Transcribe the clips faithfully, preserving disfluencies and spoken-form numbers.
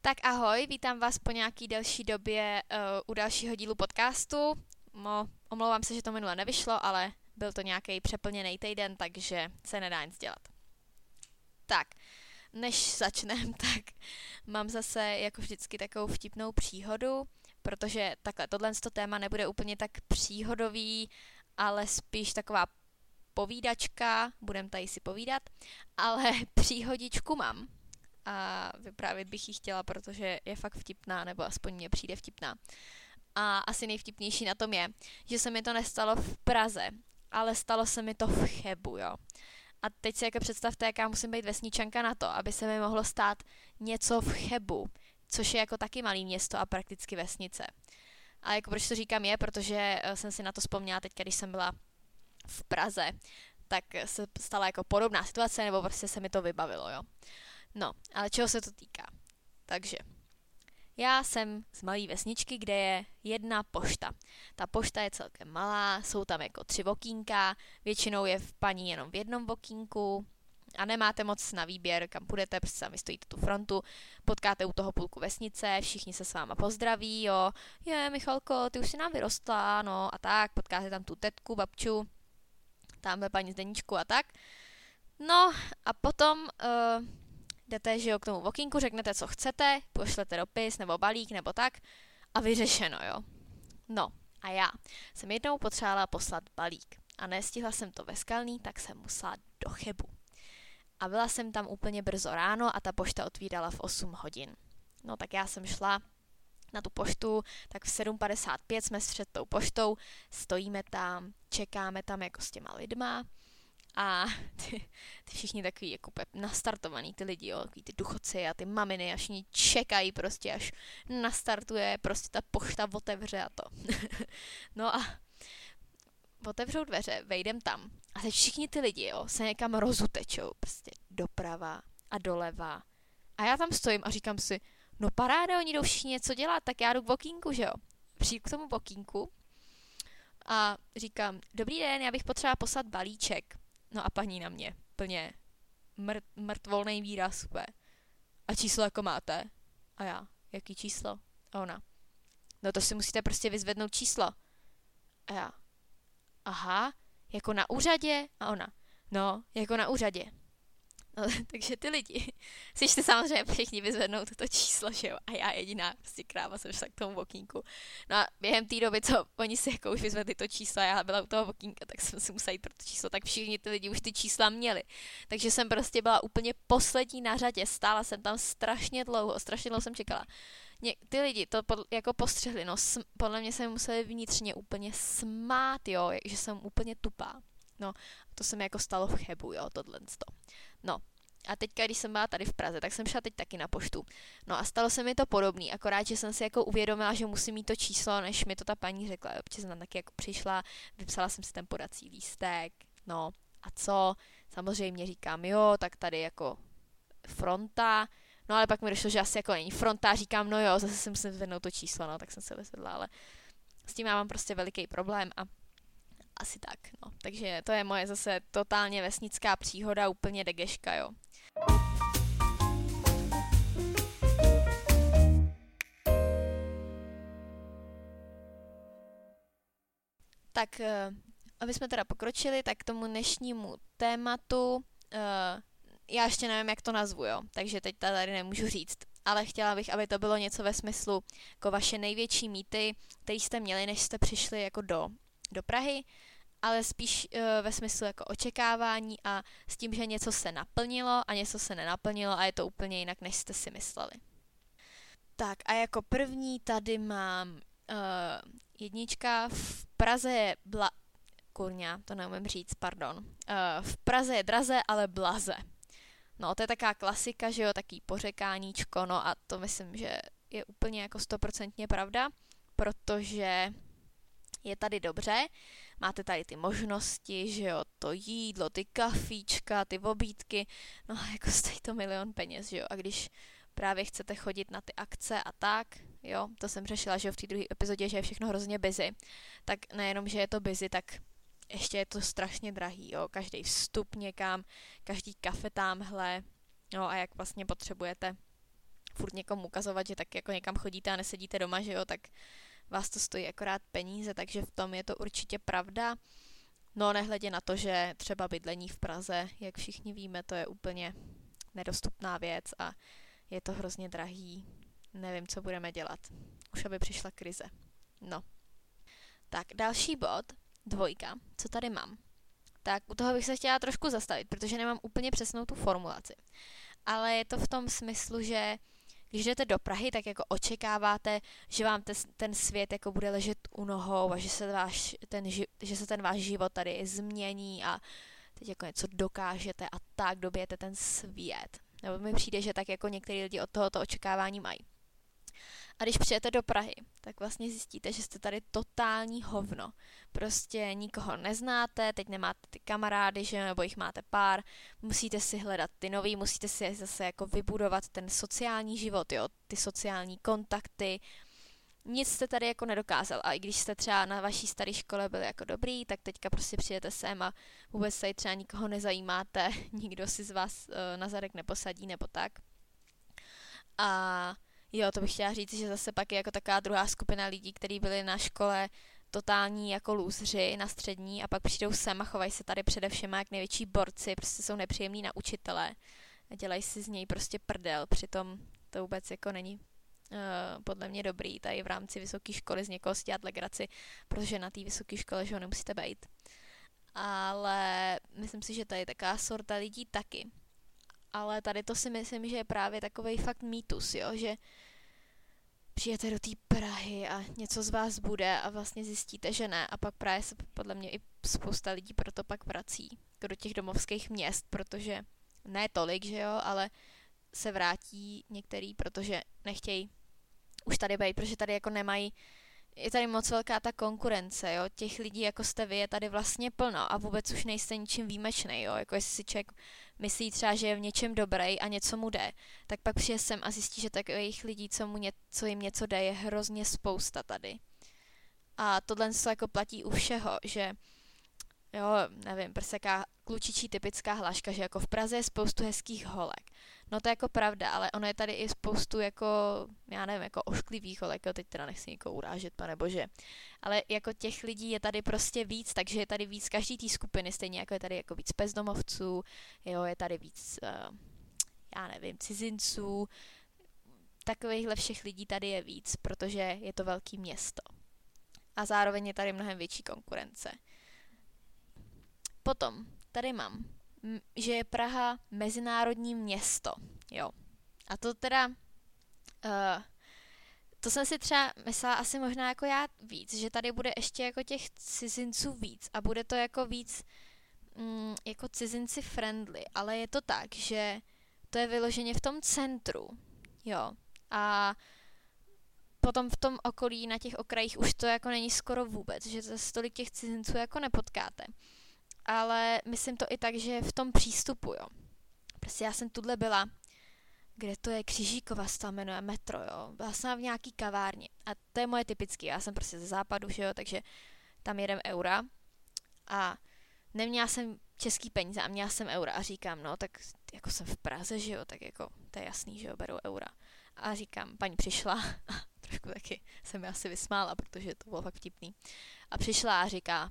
Tak ahoj, vítám vás po nějaký delší době uh, u dalšího dílu podcastu. Mo, omlouvám se, že to minule nevyšlo, ale byl to nějaký přeplněný týden, takže se nedá nic dělat. Tak, než začneme, tak mám zase jako vždycky takovou vtipnou příhodu, protože takhle, tohle téma nebude úplně tak příhodový, ale spíš taková povídačka, budem tady si povídat, ale příhodičku mám. A vyprávět bych ji chtěla, protože je fakt vtipná, nebo aspoň mně přijde vtipná. A asi nejvtipnější na tom je, že se mi to nestalo v Praze, ale stalo se mi to v Chebu, jo. A teď si jako představte, jaká musím být vesničanka na to, aby se mi mohlo stát něco v Chebu, což je jako taky malý město a prakticky vesnice. A jako proč to říkám je, protože jsem si na to vzpomněla teď, když jsem byla v Praze, tak se stala jako podobná situace, nebo prostě se mi to vybavilo, jo. No, ale čeho se to týká? Takže, já jsem z malé vesničky, kde je jedna pošta. Ta pošta je celkem malá, jsou tam jako tři okýnka, většinou je v paní jenom v jednom okýnku a nemáte moc na výběr, kam půjdete, protože sami stojíte tu frontu, potkáte u toho půlku vesnice, všichni se s váma pozdraví, jo, je, Michalko, ty už si nám vyrostla, no a tak, potkáte tam tu tetku, babču, tamhle paní Zdeníčku a tak. No a potom... Uh, jdete, že jo, k tomu okýnku, řeknete, co chcete, pošlete dopis nebo balík nebo tak a vyřešeno, jo. No a já jsem jednou potřebovala poslat balík a nestihla jsem to ve Skalný, tak jsem musela do Chebu. A byla jsem tam úplně brzo ráno a ta pošta otvírala v osm hodin. No tak já jsem šla na tu poštu, tak v sedm padesát pět jsme před tou poštou, stojíme tam, čekáme tam jako s těma lidma. A ty, ty všichni takový jako nastartovaný, ty lidi, jo, takový ty duchoci a ty maminy, až oni čekají prostě, až nastartuje, prostě ta pošta otevře a to. No a otevřou dveře, vejdem tam a teď všichni ty lidi, jo, se někam rozutečou, prostě doprava a doleva. A já tam stojím a říkám si, no paráda, oni jdou všichni něco dělat, tak já jdu k okýnku, že jo. Přijdu k tomu okýnku a říkám, dobrý den, já bych potřebovala poslat balíček. No a paní na mě, plně mrt, mrtvolnej výraz úplně. A číslo jako máte? A já, jaký číslo? A ona, no to si musíte prostě vyzvednout číslo. A já, aha, jako na úřadě? A ona, no, jako na úřadě. No, takže ty lidi si jste samozřejmě všichni vyzvednout toto číslo, že jo? A já jediná prostě kráva jsem šla k tomu okýnku. No a během té doby, co oni si jako už vyzvedli to číslo a já byla u toho okýnka, tak jsem si musela jít pro to číslo, tak všichni ty lidi už ty čísla měli. Takže jsem prostě byla úplně poslední na řadě, stála jsem tam strašně dlouho, strašně dlouho jsem čekala. Ně, ty lidi to pod, jako postřehli, no sm, podle mě se museli vnitřně úplně smát, jo, že jsem úplně tupá. No, to se mi jako stalo v Chebu, jo, tohle. No, a teďka, když jsem byla tady v Praze, tak jsem šla teď taky na poštu. No a stalo se mi to podobný, akorát, že jsem si jako uvědomila, že musím mít to číslo, než mi to ta paní řekla, jo, protože jsem tam taky jako přišla, vypsala jsem si ten podací lístek, no a co? Samozřejmě říkám, jo, tak tady jako fronta, no ale pak mi došlo, že asi jako není fronta, říkám, no jo, zase si musím zvednout to číslo, no, tak jsem se vysedla, ale s tím já mám prostě veliký problém a asi tak, no. Takže to je moje zase totálně vesnická příhoda, úplně degeška, jo. Tak, aby jsme teda pokročili, tak k tomu dnešnímu tématu, já ještě nevím, jak to nazvu, jo, takže teď tady nemůžu říct, ale chtěla bych, aby to bylo něco ve smyslu jako vaše největší mýty, které jste měli, než jste přišli jako do, do Prahy, ale spíš uh, ve smyslu jako očekávání a s tím, že něco se naplnilo a něco se nenaplnilo a je to úplně jinak, než jste si mysleli. Tak a jako první tady mám uh, jednička, v Praze je bla... Kurňa, to neumím říct, pardon. Uh, v Praze je draze, ale blaze. No, to je taková klasika, že jo, taký pořekáníčko, no a to myslím, že je úplně jako stoprocentně pravda, protože je tady dobře, máte tady ty možnosti, že jo, to jídlo, ty kafíčka, ty obídky, no jako stojí to milion peněz, že jo, a když právě chcete chodit na ty akce a tak, jo, to jsem řešila, že jo, v té druhé epizodě, že je všechno hrozně busy, tak nejenom, že je to busy, tak ještě je to strašně drahý, jo, každý vstup někam, každý kafe tamhle, no a jak vlastně potřebujete furt někomu ukazovat, že tak jako někam chodíte a nesedíte doma, že jo, tak vás to stojí akorát peníze, takže v tom je to určitě pravda. No nehledě na to, že třeba bydlení v Praze, jak všichni víme, to je úplně nedostupná věc a je to hrozně drahý. Nevím, co budeme dělat. Už aby přišla krize. No. Tak, další bod, dvojka, co tady mám. Tak u toho bych se chtěla trošku zastavit, protože nemám úplně přesnou tu formulaci. Ale je to v tom smyslu, že když jdete do Prahy, tak jako očekáváte, že vám te, ten svět jako bude ležet u nohou a že se, váš, ten, že se ten váš život tady změní a teď jako něco dokážete a tak dobijete ten svět. Nebo mi přijde, že tak jako některý lidi od tohoto očekávání mají. A když přijete do Prahy, tak vlastně zjistíte, že jste tady totální hovno. Prostě nikoho neznáte, teď nemáte ty kamarády, že nebo jich máte pár, musíte si hledat ty nový, musíte si zase jako vybudovat ten sociální život, jo, ty sociální kontakty. Nic jste tady jako nedokázal a i když jste třeba na vaší staré škole byli jako dobrý, tak teďka prostě přijete sem a vůbec tady třeba nikoho nezajímáte, nikdo si z vás uh, na zadek neposadí nebo tak. A jo, to bych chtěla říct, že zase pak je jako taková druhá skupina lidí, kteří byli na škole totální jako lůzři na střední a pak přijdou sem a chovají se tady především jak největší borci, prostě jsou nepříjemní na učitele a dělají si z něj prostě prdel, přitom to vůbec jako není uh, podle mě dobrý tady v rámci vysoké školy z někoho si dělat legraci, protože na té vysoké škole, že ho nemusíte bejt. Ale myslím si, že tady je taková sorta lidí taky. Ale tady to si myslím, že je právě takovej fakt mýtus, jo, že přijete do té Prahy a něco z vás bude a vlastně zjistíte, že ne. A pak právě se podle mě i spousta lidí proto pak vrací jako do těch domovských měst, protože ne tolik, že jo, ale se vrátí některý, protože nechtějí už tady být, protože tady jako nemají, je tady moc velká ta konkurence, jo, těch lidí jako jste vy je tady vlastně plno a vůbec už nejste ničím výjimečnej, jo, jako jestli si člověk myslí třeba, že je v něčem dobrý a něco mu jde, tak pak přijde sem a zjistí, že takových lidí, co, mu ně, co jim něco jde, je hrozně spousta tady. A tohle se jako platí u všeho, že jo, nevím, prostě jaká klučičí typická hláška, že jako v Praze je spoustu hezkých holek. No to je jako pravda, ale ono je tady i spoustu jako, já nevím, jako ošklivých holek, jo, teď teda nechci nikoho urážet, panebože. Ale jako těch lidí je tady prostě víc, takže je tady víc každý té skupiny, stejně jako je tady jako víc bezdomovců, jo, je tady víc, uh, já nevím, cizinců, takovýchhle všech lidí tady je víc, protože je to velký město. A zároveň je tady mnohem větší konkurence. Potom tady mám, že je Praha mezinárodní město, jo. A to teda, uh, to jsem si třeba myslela asi možná jako já víc, že tady bude ještě jako těch cizinců víc a bude to jako víc mm, jako cizinci friendly, ale je to tak, že to je vyloženě v tom centru, jo. A potom v tom okolí, na těch okrajích už to jako není skoro vůbec, že zase tolik těch cizinců jako nepotkáte. Ale myslím to i tak, že v tom přístupu, jo. Prostě já jsem tuhle byla, kde to je Křižíkova, se tam jmenuje metro, jo. Byla jsem v nějaký kavárně a to je moje typické, já jsem prostě ze západu, že jo, takže tam jedem eura a neměla jsem český peníze a měla jsem eura a říkám, no tak jako jsem v Praze, že jo, tak jako to je jasný, že jo, beru eura. A říkám, paní přišla a trošku taky jsem mi asi vysmála, protože to bylo fakt vtipný. A přišla a říká,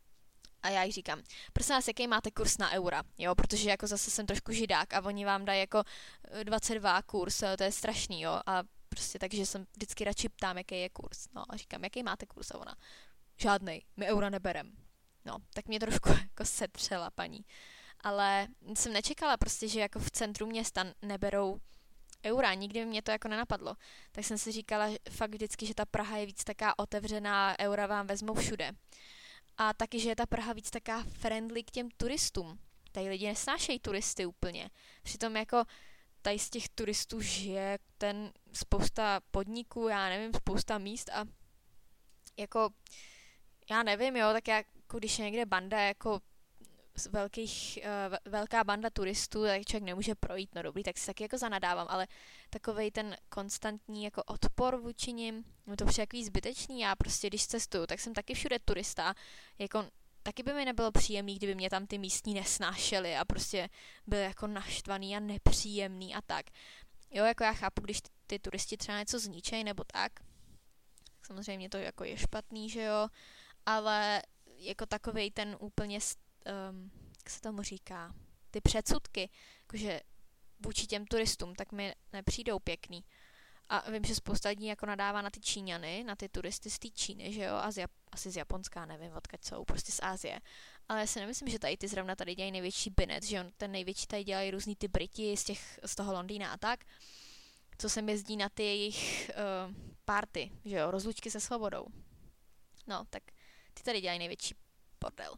a já jí říkám, prosím vás, jaký máte kurz na eura, jo, protože jako zase jsem trošku židák a oni vám dají jako dvacet dva kurz, to je strašný, jo, a prostě takže jsem vždycky radši ptám, jaký je kurz, no a říkám, jaký máte kurz a ona, žádnej, my eura neberem, no, tak mě trošku jako setřela paní, ale jsem nečekala prostě, že jako v centru města neberou eura, nikdy mě to jako nenapadlo, tak jsem si říkala fakt vždycky, že ta Praha je víc taká otevřená, eura vám vezmou všude. A taky, že je ta Praha víc taká friendly k těm turistům. Tady lidi nesnášejí turisty úplně. Přitom jako tady z těch turistů žije ten spousta podniků, já nevím, spousta míst a jako, já nevím, jo, tak jako když je někde banda jako z velkých, uh, velká banda turistů, tak člověk nemůže projít, no dobrý, tak si taky jako zanadávám, ale takovej ten konstantní jako odpor vůči nim, no to přijde takový zbytečný, já prostě když cestuju, tak jsem taky všude turista, jako taky by mi nebylo příjemný, kdyby mě tam ty místní nesnášeli a prostě byli jako naštvaný a nepříjemný a tak. Jo, jako já chápu, když ty, ty turisti třeba něco zničejí nebo tak, samozřejmě to jako je špatný, že jo, ale jako takovej ten úplně, um, jak se tomu říká, ty předsudky, jakože vůči těm turistům, tak mi nepřijdou pěkný. A vím, že spousta lidí jako nadává na ty Číňany, na ty turisty z té Číny, že jo, a z Jap- asi z Japonska, nevím, odkud jsou, prostě z Asie. Ale já si nemyslím, že tady ty zrovna tady dělají největší binec, že on ten největší tady dělají různý ty Briti z, těch, z toho Londýna a tak, co sem jezdí na ty jejich uh, party, že jo, rozlučky se svobodou. No, tak ty tady dělají největší bordel.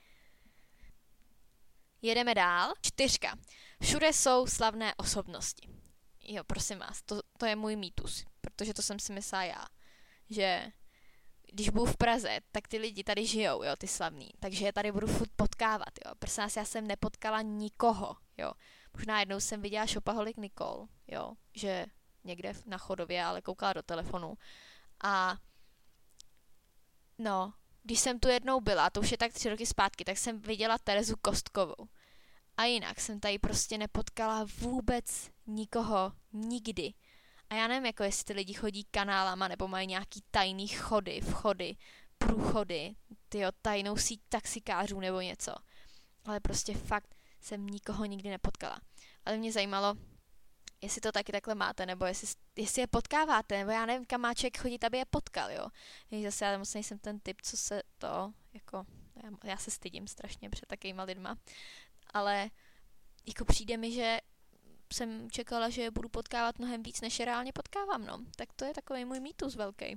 Jedeme dál. Čtyřka. Všude jsou slavné osobnosti. Jo, prosím vás, to, to je můj mýtus, protože to jsem si myslela já, že když budu v Praze, tak ty lidi tady žijou, jo, ty slavní, takže je tady budu furt potkávat, jo. Prosím vás, já jsem nepotkala nikoho, jo. Možná jednou jsem viděla shopaholic Nicole, jo, že někde na chodově, ale koukala do telefonu. A no, když jsem tu jednou byla, to už je tak tři roky zpátky, tak jsem viděla Terezu Kostkovou. A jinak jsem tady prostě nepotkala vůbec nikoho, nikdy. A já nevím, jako jestli ty lidi chodí kanálama, nebo mají nějaký tajný chody, vchody, průchody, tyjo, tajnou síť taxikářů nebo něco. Ale prostě fakt jsem nikoho nikdy nepotkala. Ale mě zajímalo, jestli to taky takhle máte, nebo jestli, jestli je potkáváte, nebo já nevím, kam má člověk chodit, aby je potkal, jo. Jež zase já moc nejsem ten typ, co se to, jako, já, já se stydím strašně před takovýma lidma. Ale jako přijde mi, že jsem čekala, že je budu potkávat mnohem víc, než je reálně potkávám, no. Tak to je takový můj mýtus velký.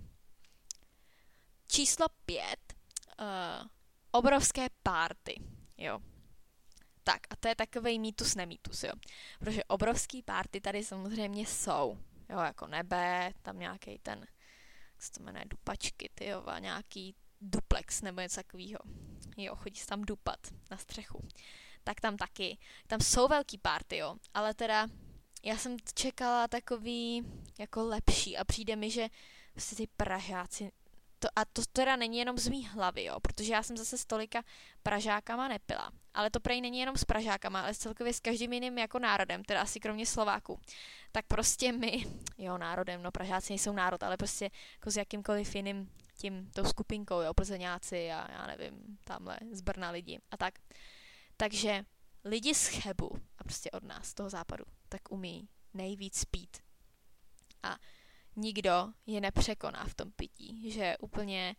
Číslo pět. Uh, obrovské party, jo. Tak a to je takovej mýtus, nemýtus, jo. Protože obrovský party tady samozřejmě jsou. Jo, jako nebe, tam nějaký ten, jak se to jmenuje, dupačky, tyjo, a nějaký duplex nebo něco takového. Jo, chodí se tam dupat na střechu. Tak tam taky. Tam jsou velký party, jo, ale teda já jsem čekala takový jako lepší a přijde mi, že prostě ty Pražáci, to, a to teda není jenom z mý hlavy, jo, protože já jsem zase s tolika Pražákama nepila, ale to prej není jenom s Pražákama, ale celkově s každým jiným jako národem, teda asi kromě Slováků. Tak prostě my, jo, národem, no Pražáci nejsou národ, ale prostě jako s jakýmkoliv jiným tím, tou skupinkou, jo, Plzeňáci a já nevím, tamhle z Brna lidi a tak. Takže lidi z Chebu a prostě od nás, z toho západu, tak umí nejvíc pít. A nikdo je nepřekoná v tom pití, že úplně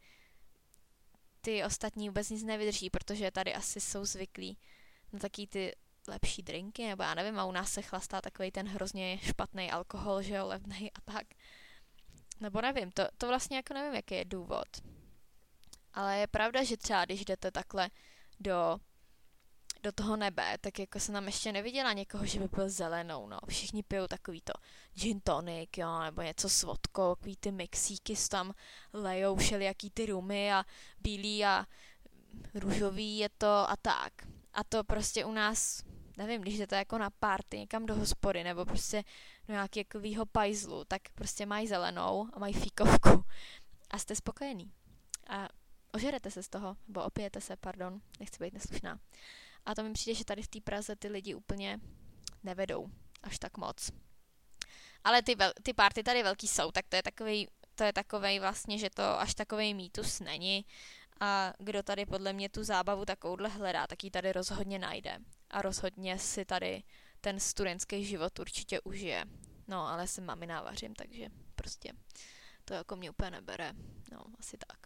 ty ostatní vůbec nic nevydrží, protože tady asi jsou zvyklí na taky ty lepší drinky, nebo já nevím, a u nás se chlastá takový ten hrozně špatný alkohol, že jo, levnej a tak. Nebo nevím, to, to vlastně jako nevím, jaký je důvod. Ale je pravda, že třeba když jdete takhle do do toho nebe, tak jako jsem tam ještě neviděla někoho, že by byl zelenou, no. Všichni pijou takový to gin tonic, jo, nebo něco s vodkou, takový ty mixíky, tam lejou všelijaký ty rumy a bílý a růžový je to a tak. A to prostě u nás, nevím, když jdete jako na party, někam do hospody, nebo prostě do nějakého pajzlu, tak prostě mají zelenou a mají fíkovku a jste spokojený. A ožerete se z toho, nebo opijete se, pardon, nechci být neslušná. A to mi přijde, že tady v té Praze ty lidi úplně nevedou až tak moc. Ale ty, vel, ty party tady velký jsou, tak to je takovej, to je takovej vlastně, že to až takovej mýtus není. A kdo tady podle mě tu zábavu takovouhle hledá, tak ji tady rozhodně najde. A rozhodně si tady ten studentský život určitě užije. No, ale jsem mamina, vařím, takže prostě to jako mě úplně nebere. No, asi tak.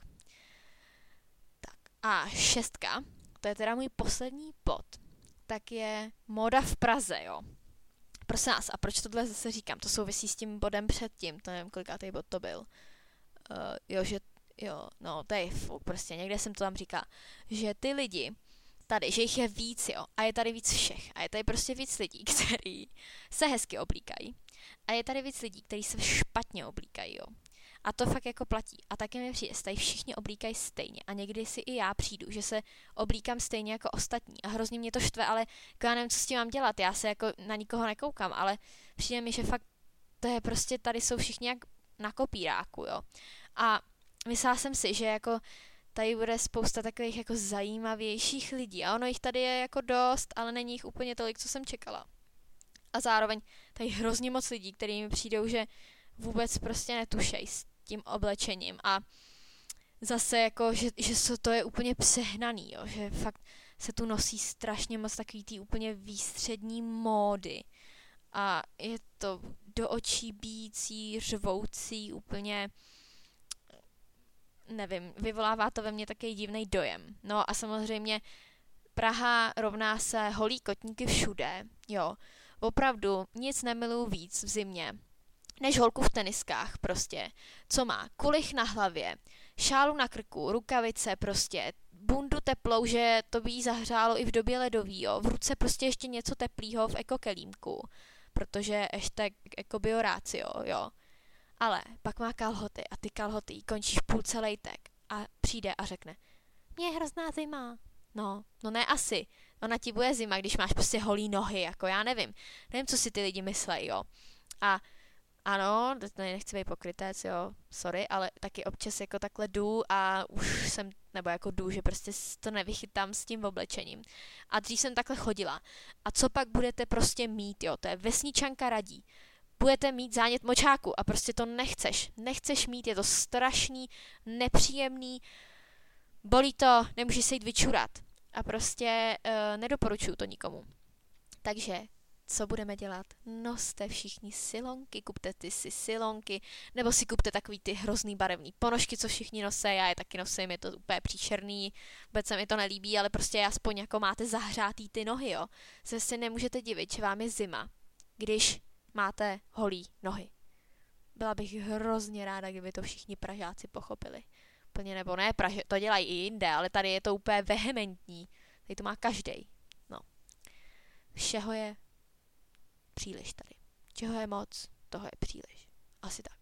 Tak. A šestka. To je teda můj poslední bod, tak je móda v Praze, jo. Prosím nás, a proč tohle zase říkám? To souvisí s tím bodem předtím, to nevím, kolikátej bod to byl. Uh, jo, že, jo, no, to je fuk, prostě někde jsem to tam říkala, že ty lidi tady, že jich je víc, jo, a je tady víc všech, a je tady prostě víc lidí, kteří se hezky oblíkají, a je tady víc lidí, kteří se špatně oblíkají, jo. A to fakt jako platí. A taky mi přijde, tady všichni oblíkají stejně. A někdy si i já přijdu, že se oblíkám stejně jako ostatní. A hrozně mě to štve, ale já nevím, co s tím mám dělat. Já se jako na nikoho nekoukám, ale přijde mi, že fakt to je prostě, tady jsou všichni jak na kopíráku, jo. A myslela jsem si, že jako tady bude spousta takových jako zajímavějších lidí. A ono jich tady je jako dost, ale není jich úplně tolik, co jsem čekala. a zároveň tady hrozně moc lidí, kterým mi přijdou, že vůbec prostě netušej s tím oblečením a zase jako, že, že to je úplně přehnaný, jo, že fakt se tu nosí strašně moc takový tý úplně výstřední módy a je to do očí bíjící, řvoucí, úplně nevím, vyvolává to ve mně takový divný dojem. No a samozřejmě Praha rovná se holí kotníky všude, jo. Opravdu nic nemiluju víc v zimě, než holku v teniskách prostě, co má kulich na hlavě, šálu na krku, rukavice prostě, bundu teplou, že to by jí zahřálo i v době ledový, jo. V ruce prostě ještě něco teplýho v ekokelímku, protože ještě ekobiorácio, jo. Ale pak má kalhoty a ty kalhoty jí končí v půlce lejtek a přijde a řekne, mě je hrozná zima. No, no ne asi. Ona ti bude zima, když máš prostě holí nohy, jako já nevím. Nevím, co si ty lidi myslejí, jo. A ano, nechci být pokrytec, jo, sorry, ale taky občas jako takhle jdu a už jsem, nebo jako jdu, že prostě to nevychytám s tím oblečením. A dřív jsem takhle chodila. A co pak budete prostě mít, jo, to je vesničanka radí. Budete mít zánět močáku a prostě to nechceš. Nechceš mít, je to strašný, nepříjemný, bolí to, nemůžeš se jít vyčurat. A prostě uh, nedoporučuju to nikomu. Takže, co budeme dělat? Noste všichni silonky, kupte ty si silonky, nebo si kupte takový ty hrozný barevný ponožky, co všichni nosí, já je taky nosím, je to úplně příšerný, vůbec se mi to nelíbí, ale prostě aspoň jako máte zahřátý ty nohy, jo. Se si nemůžete divit, že vám je zima, když máte holí nohy. Byla bych hrozně ráda, kdyby to všichni Pražáci pochopili. Úplně nebo ne, Praže, to dělají i jinde, ale tady je to úplně vehementní. Tady to má každej. No. Všeho je příliš tady. Čeho je moc, toho je příliš. Asi tak.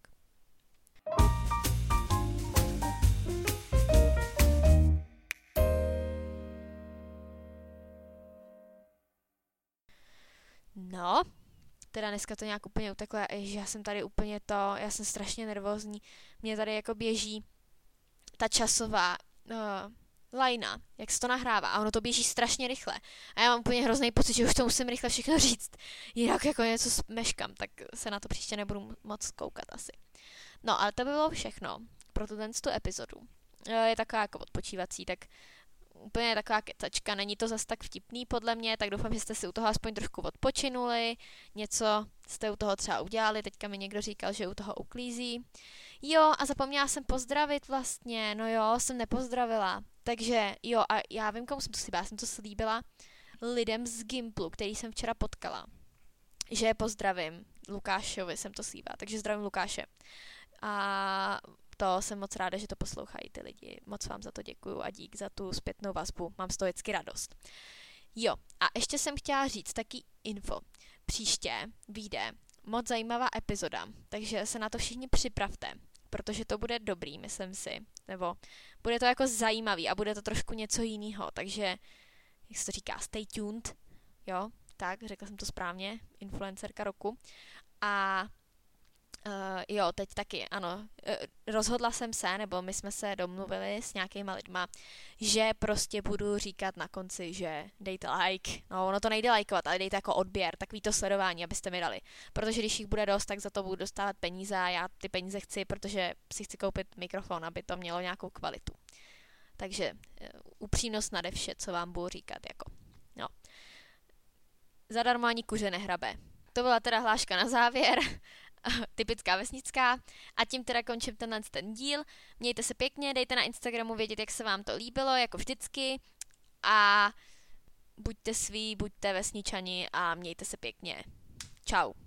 No, teda dneska to nějak úplně uteklo, že já jsem tady úplně to, já jsem strašně nervózní, mě tady jako běží ta časová uh, lajna, jak se to nahrává a ono to běží strašně rychle a já mám úplně hrozný pocit, že už to musím rychle všechno říct, jinak jako něco smeškám, tak se na to příště nebudu moc koukat asi. No, ale to by bylo všechno pro tu tu epizodu. Je taková jako odpočívací, tak úplně taková kecačka, není to zas tak vtipný podle mě, tak doufám, že jste si u toho aspoň trošku odpočinuli, něco jste u toho třeba udělali, teďka mi někdo říkal, že u toho uklízí. Jo, a zapomněla jsem pozdravit vlastně, no jo, jsem nepozdravila, takže jo, a já vím, komu jsem to slíbila, já jsem to slíbila lidem z Gimplu, který jsem včera potkala, že pozdravím, Lukášovi jsem to slíbila, takže zdravím Lukáše. A to jsem moc ráda, že to poslouchají ty lidi. Moc vám za to děkuju a dík za tu zpětnou vazbu. Mám z toho vždycky radost. Jo, a ještě jsem chtěla říct taky info. Příště vyjde moc zajímavá epizoda, takže se na to všichni připravte, protože to bude dobrý, myslím si. Nebo bude to jako zajímavý a bude to trošku něco jiného, takže, jak se to říká, stay tuned. Jo, tak, řekla jsem to správně, influencerka roku. A Uh, jo, teď taky, ano. Uh, rozhodla jsem se, nebo my jsme se domluvili s nějakýma lidma, že prostě budu říkat na konci, že dejte like. No, ono to nejde lajkovat, ale dejte jako odběr, takový to sledování, abyste mi dali. Protože když jich bude dost, tak za to budu dostávat peníze a já ty peníze chci, protože si chci koupit mikrofon, aby to mělo nějakou kvalitu. Takže uh, upřímnost nade vše, co vám budu říkat, jako. No. Zadarmo ani kuře nehrabe. To byla teda hláška na závěr. Typická vesnická. A tím teda končím tenhle ten díl. Mějte se pěkně, dejte na Instagramu vědět, jak se vám to líbilo, jako vždycky. A buďte sví, buďte vesničani a mějte se pěkně. Čau.